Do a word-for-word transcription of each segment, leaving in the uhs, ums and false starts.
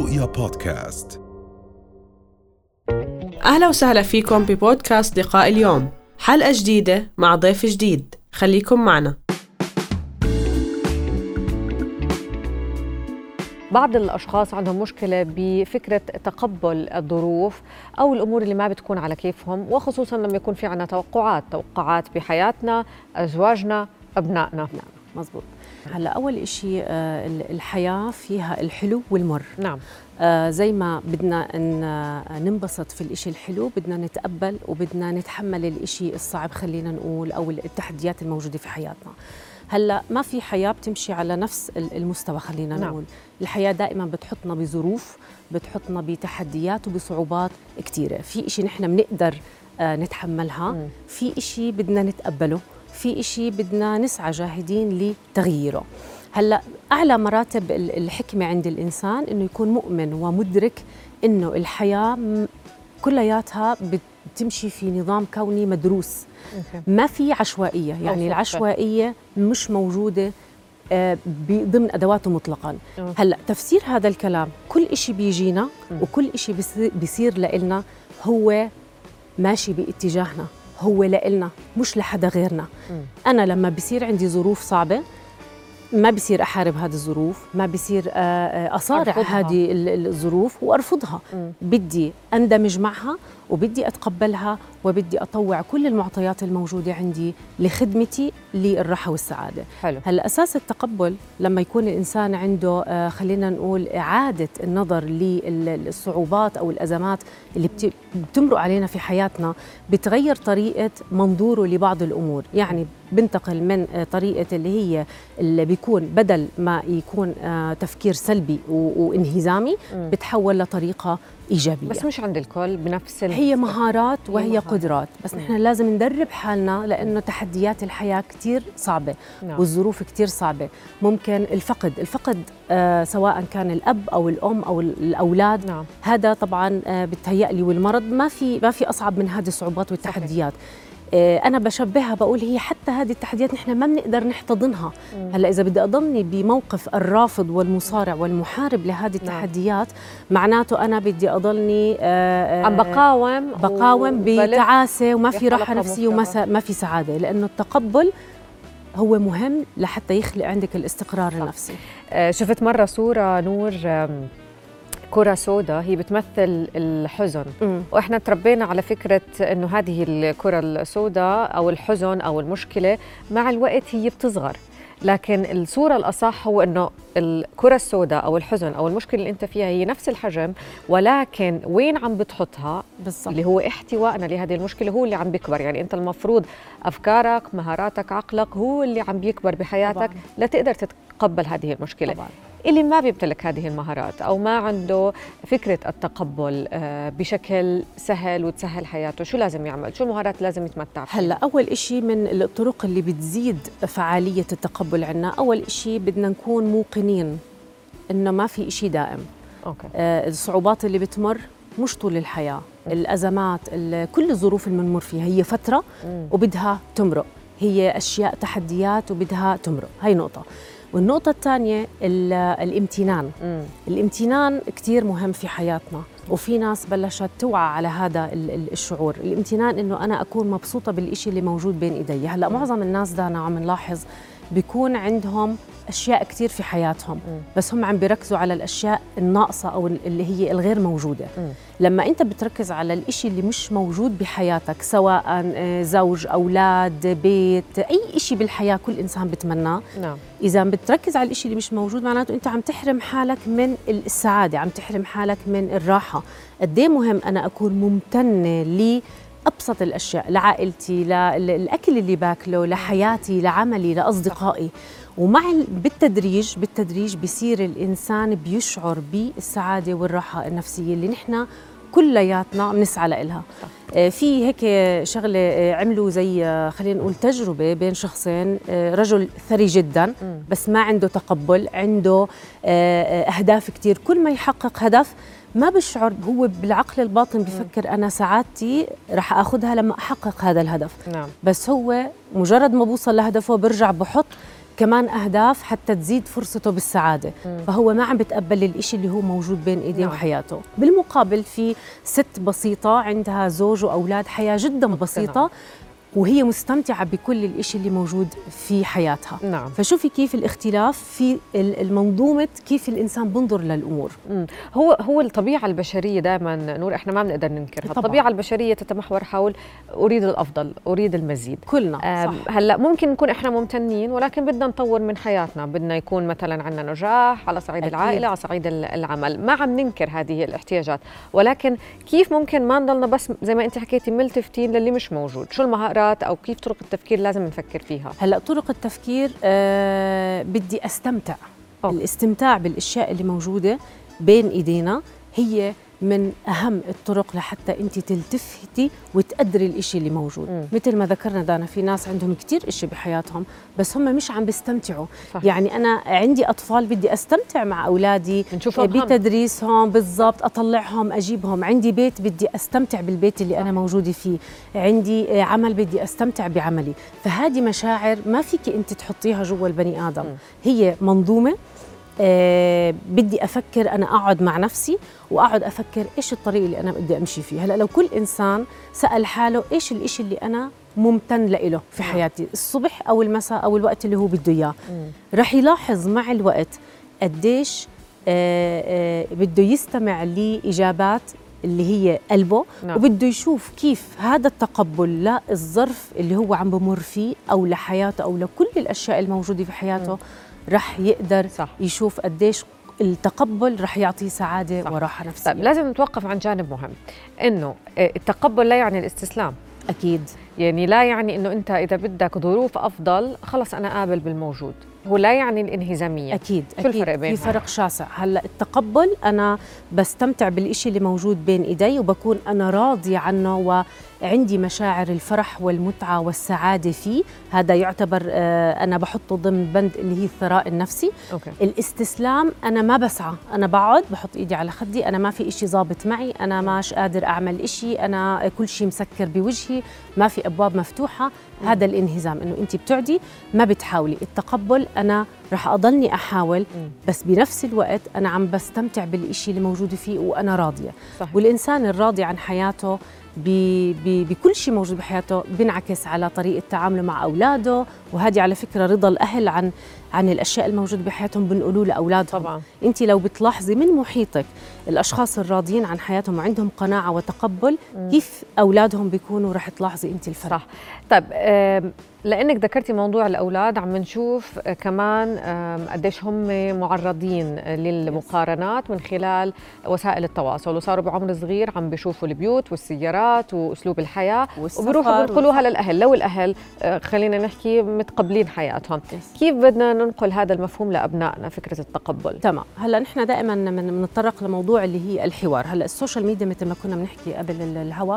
رؤيا بودكاست. أهلا وسهلا فيكم ببودكاست لقاء اليوم، حلقة جديدة مع ضيف جديد، خليكم معنا. بعض الأشخاص عندهم مشكلة بفكرة تقبل الظروف أو الأمور اللي ما بتكون على كيفهم، وخصوصاً لما يكون في عنا توقعات توقعات بحياتنا، أزواجنا، أبنائنا. نعم مزبوط. هلا أول إشي الحياة فيها الحلو والمر. نعم. آه زي ما بدنا ان ننبسط في الإشي الحلو، بدنا نتقبل وبدنا نتحمل الإشي الصعب، خلينا نقول، أو التحديات الموجودة في حياتنا. هلا ما في حياة بتمشي على نفس المستوى، خلينا نعم. نقول الحياة دائما بتحطنا بظروف، بتحطنا بتحديات وبصعوبات كتيرة. في إشي نحن بنقدر آه نتحملها، م. في إشي بدنا نتقبله، في إشي بدنا نسعى جاهدين لتغييره. هلأ أعلى مراتب الحكمة عند الإنسان إنه يكون مؤمن ومدرك إنه الحياة كلياتها بتمشي في نظام كوني مدروس. ما في عشوائية، يعني العشوائية مش موجودة ضمن أدواته مطلقاً. هلأ تفسير هذا الكلام، كل إشي بيجينا وكل إشي بيصير لإلنا هو ماشي باتجاهنا، هو لإلنا مش لحدا غيرنا. م. أنا لما بيصير عندي ظروف صعبة ما بيصير أحارب هذه الظروف، ما بيصير أصارع هذه الظروف وأرفضها. م. بدي أندمج معها وبدي أتقبلها وبدي أطوع كل المعطيات الموجودة عندي لخدمتي للراحة والسعادة. حلو. هلا أساس التقبل لما يكون الإنسان عنده خلينا نقول إعادة النظر للصعوبات أو الأزمات اللي بتمرق علينا في حياتنا، بتغير طريقة منظوره لبعض الأمور. يعني بنتقل من طريقة اللي هي اللي بيكون بدل ما يكون تفكير سلبي وانهزامي، م. بتحول لطريقة إيجابية. بس مش عند الكل بنفس ال... هي مهارات وهي مهارات. قدرات، بس نحن لازم ندرب حالنا، لأنه تحديات الحياة كتير صعبة. نعم. والظروف كتير صعبة. ممكن الفقد الفقد آه سواء كان الأب أو الأم أو الأولاد. نعم. هذا طبعاً آه بتهيألي، والمرض ما في ما في أصعب من هذه الصعوبات والتحديات. صحيح. أنا بشبهها بقول هي حتى هذه التحديات نحن ما بنقدر نحتضنها. م. هلا إذا بدي أضلني بموقف الرافض والمصارع والمحارب لهذه التحديات، نعم. معناته أنا بدي أضلني عم بقاوم بقاوم بتعاسة وما في راحة نفسية وما ما في سعادة، لأنه التقبل هو مهم لحتى يخلق عندك الاستقرار النفسي. شفت مرة صورة نور كرة سوداء، هي بتمثل الحزن. م. وإحنا تربينا على فكرة إنه هذه الكرة السوداء أو الحزن أو المشكلة مع الوقت هي بتصغر، لكن الصورة الأصح هو إنه الكرة السوداء أو الحزن أو المشكلة اللي أنت فيها هي نفس الحجم، ولكن وين عم بتحطها بالضبط اللي هو احتوائنا لهذه المشكلة هو اللي عم بيكبر. يعني أنت المفروض أفكارك، مهاراتك، عقلك هو اللي عم بيكبر بحياتك طبعاً. لتقدر تتقبل هذه المشكلة. طبعاً. اللي ما بيمتلك هذه المهارات أو ما عنده فكرة التقبل بشكل سهل وتسهل حياته، شو لازم يعمل؟ شو المهارات لازم يتمتع فيها؟ هلأ أول إشي من الطرق اللي بتزيد فعالية التقبل عنا، أول إشي بدنا نكون موقنين إنه ما في إشي دائم. أوكي. آه الصعوبات اللي بتمر مش طول الحياة. م. الأزمات، كل الظروف اللي بنمر فيها هي فترة م. وبدها تمرق، هي أشياء تحديات وبدها تمرق. هاي نقطة. والنقطة الثانية الامتنان. مم. الامتنان كتير مهم في حياتنا، وفي ناس بلشت توعى على هذا الشعور. الامتنان إنه أنا أكون مبسوطة بالإشي اللي موجود بين إيدي. هلأ معظم الناس دانا عم نلاحظ بيكون عندهم أشياء كتير في حياتهم، م. بس هم عم بيركزوا على الأشياء الناقصة أو اللي هي الغير موجودة. م. لما أنت بتركز على الإشي اللي مش موجود بحياتك، سواء زوج، أولاد، بيت، أي إشي بالحياة كل إنسان بتمناه. نعم. إذا بتركز على الإشي اللي مش موجود، معناته أنت عم تحرم حالك من السعادة، عم تحرم حالك من الراحة. قديه مهم أنا أكون ممتنة لي أبسط الأشياء، لعائلتي، للأكل اللي باكله، لحياتي، لعملي، لأصدقائي. ومع بالتدريج بالتدريج بيصير الإنسان بيشعر بالسعادة والراحة النفسية اللي نحن كلياتنا بنسعى لها. في هيك شغلة عملوا زي خلينا نقول تجربة بين شخصين، رجل ثري جدا بس ما عنده تقبل، عنده أهداف كتير، كل ما يحقق هدف ما بشعر، هو بالعقل الباطن بفكر أنا سعادتي رح أخذها لما أحقق هذا الهدف. نعم. بس هو مجرد ما بوصل لهدفه برجع بحط كمان أهداف حتى تزيد فرصته بالسعادة. مم. فهو ما عم بتقبل الإشي اللي هو موجود بين إيديه نعم. وحياته. بالمقابل في ست بسيطة عندها زوج وأولاد، حياة جدا بسيطة وهي مستمتعة بكل الإشي اللي موجود في حياتها. نعم. فشوفي كيف الاختلاف في المنظومة، كيف الإنسان بنظر للأمور. مم. هو هو الطبيعة البشرية دائما نور، إحنا ما بنقدر ننكرها. طبعا. الطبيعة البشرية تتمحور حول أريد الأفضل، أريد المزيد. كلنا صح. هلا ممكن نكون إحنا ممتنين، ولكن بدنا نطور من حياتنا، بدنا يكون مثلا عندنا نجاح على صعيد أكيد. العائلة، على صعيد العمل. ما عم ننكر هذه الاحتياجات، ولكن كيف ممكن ما نضلنا بس زي ما أنت حكيتي ملتفتين للي مش موجود؟ شو المهارات أو كيف طرق التفكير لازم نفكر فيها؟ هلأ طرق التفكير آه بدي أستمتع. أوه. الاستمتاع بالأشياء اللي موجودة بين إيدينا هي من أهم الطرق لحتى أنت تلتفتي وتقدري الإشي اللي موجود. م. مثل ما ذكرنا دانا، في ناس عندهم كتير إشي بحياتهم بس هم مش عم بيستمتعوا. صح. يعني أنا عندي أطفال بدي أستمتع مع أولادي بتدريسهم بالضبط، أطلعهم أجيبهم. عندي بيت بدي أستمتع بالبيت اللي أنا موجودة فيه. عندي عمل بدي أستمتع بعملي. فهذه مشاعر ما فيك أنت تحطيها جوا البني آدم. م. هي منظومة. أه بدي أفكر، أنا أقعد مع نفسي وأقعد أفكر إيش الطريق اللي أنا بدي أمشي فيه. هلأ لو كل إنسان سأل حاله إيش الإشي اللي أنا ممتن لإله في حياتي، الصبح أو المساء أو الوقت اللي هو بده إياه، رح يلاحظ مع الوقت قديش أه أه بده يستمع لإجابات اللي هي قلبه. نعم. وبده يشوف كيف هذا التقبل للظرف اللي هو عم بمر فيه أو لحياته أو لكل الأشياء الموجودة في حياته. م. رح يقدر صح. يشوف قديش التقبل رح يعطيه سعادة صح. وراحة نفسية. طيب لازم نتوقف عن جانب مهم، إنه التقبل لا يعني الاستسلام. أكيد. يعني لا يعني إنه أنت إذا بدك ظروف أفضل خلص أنا قابل بالموجود، هو لا يعني الانهزامية. أكيد. شو أكيد. الفرق بينهم؟ في فرق شاسع. هلأ التقبل أنا بستمتع بالإشي اللي موجود بين إيدي وبكون أنا راضي عنه وعندي مشاعر الفرح والمتعة والسعادة فيه. هذا يعتبر آه أنا بحطه ضمن بند اللي هي الثراء النفسي. أوكي. الاستسلام أنا ما بسعى، أنا بقعد بحط إيدي على خدي، أنا ما في إشي ظابط معي، أنا ماش قادر أعمل إشي، أنا كل شيء مسكر بوجهي، ما في أبواب مفتوحة. م. هذا الانهزام، إنه أنت بتعدي ما بتحاولي. التقبل أنا رح أضلني أحاول م. بس بنفس الوقت أنا عم بستمتع بالإشي اللي موجود فيه وأنا راضية. صحيح. والإنسان الراضي عن حياته بي بي بكل شيء موجود بحياته بينعكس على طريقة تعامله مع أولاده. وهذه على فكرة رضا الأهل عن عن الأشياء الموجودة بحياتهم بنقولوا لأولادهم. طبعا. أنت لو بتلاحظي من محيطك الأشخاص الراضيين عن حياتهم وعندهم قناعة وتقبل، م. كيف أولادهم بيكونوا رح تلاحظي أنت الفرق. صح. طيب لأنك ذكرتي موضوع الأولاد، عم نشوف كمان قديش هم معرضين للمقارنات من خلال وسائل التواصل، وصاروا بعمر صغير عم بيشوفوا البيوت والسيارات وأسلوب الحياة وبيروحوا بينقلوها للأهل. لو الأهل خلينا نحكي متقبلين حياتهم، كيف بدنا ننقل هذا المفهوم لأبنائنا، فكرة التقبل؟ تمام. هلا نحن دائما بنتطرق لموضوع اللي هي الحوار. هلا السوشيال ميديا مثل ما كنا بنحكي قبل الهوا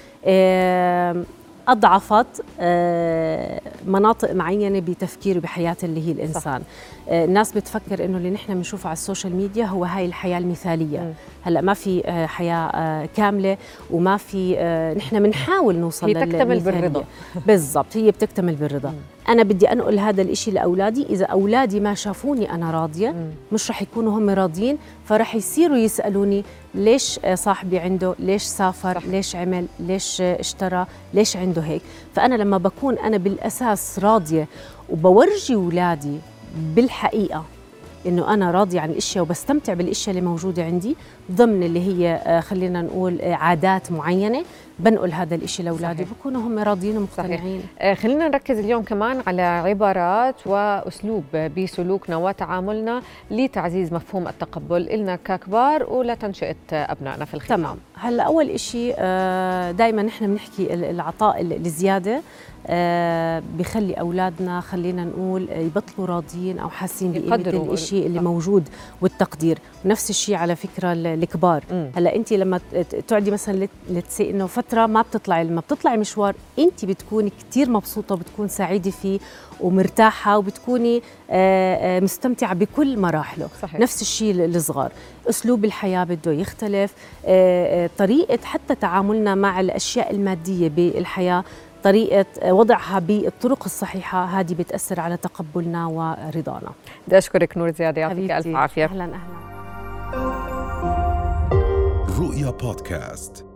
أضعفت مناطق معينة بتفكير بحياة اللي هي الإنسان. صح. الناس بتفكر إنه اللي نحن بنشوفه على السوشيال ميديا هو هاي الحياة المثالية. م. هلأ ما في حياة كاملة وما في، نحن بنحاول نوصل للمثالية. هي تكتمل بالرضا. بالضبط، هي بتكتمل بالرضا. م. أنا بدي أنقل هذا الإشي لأولادي. إذا أولادي ما شافوني أنا راضية، م. مش رح يكونوا هم راضيين، فرح يصيروا يسألوني ليش صاحبي عنده، ليش سافر، صح. ليش عمل، ليش اشترى، ليش عنده هيك. فأنا لما بكون أنا بالأساس راضية وبورجي أولادي بالحقيقة إنه أنا راضية عن الأشياء وبستمتع بالأشياء اللي موجودة عندي ضمن اللي هي خلينا نقول عادات معينة، بنقل هذا الإشي لأولادي بكونوا هم راضيين ومقتنعين. خلينا نركز اليوم كمان على عبارات وأسلوب بسلوكنا وتعاملنا لتعزيز مفهوم التقبل إلنا ككبار ولتنشئة أبنائنا في الختام. تمام. هلا أول إشي دائما نحن بنحكي العطاء الزيادة آه بخلي أولادنا خلينا نقول يبطلوا راضيين أو حاسين بقيمة الإشي اللي موجود والتقدير. نفس الشيء على فكرة الكبار. م. هلا أنت لما تقعدي مثلا لتسي إنه فترة ما بتطلعي، لما بتطلعي مشوار أنت بتكوني كتير مبسوطة وبتكون سعيدة فيه ومرتاحة وبتكوني آه مستمتعة بكل مراحله. صحيح. نفس الشيء الصغار، أسلوب الحياة بده يختلف، آه طريقة حتى تعاملنا مع الأشياء المادية بالحياة طريقة وضعها بالطرق الصحيحة هذه بتأثر على تقبلنا ورضانا. بدي أشكرك نور زيادة، يعطيك ألف عافية. أهلا أهلا. رؤيا بودكاست.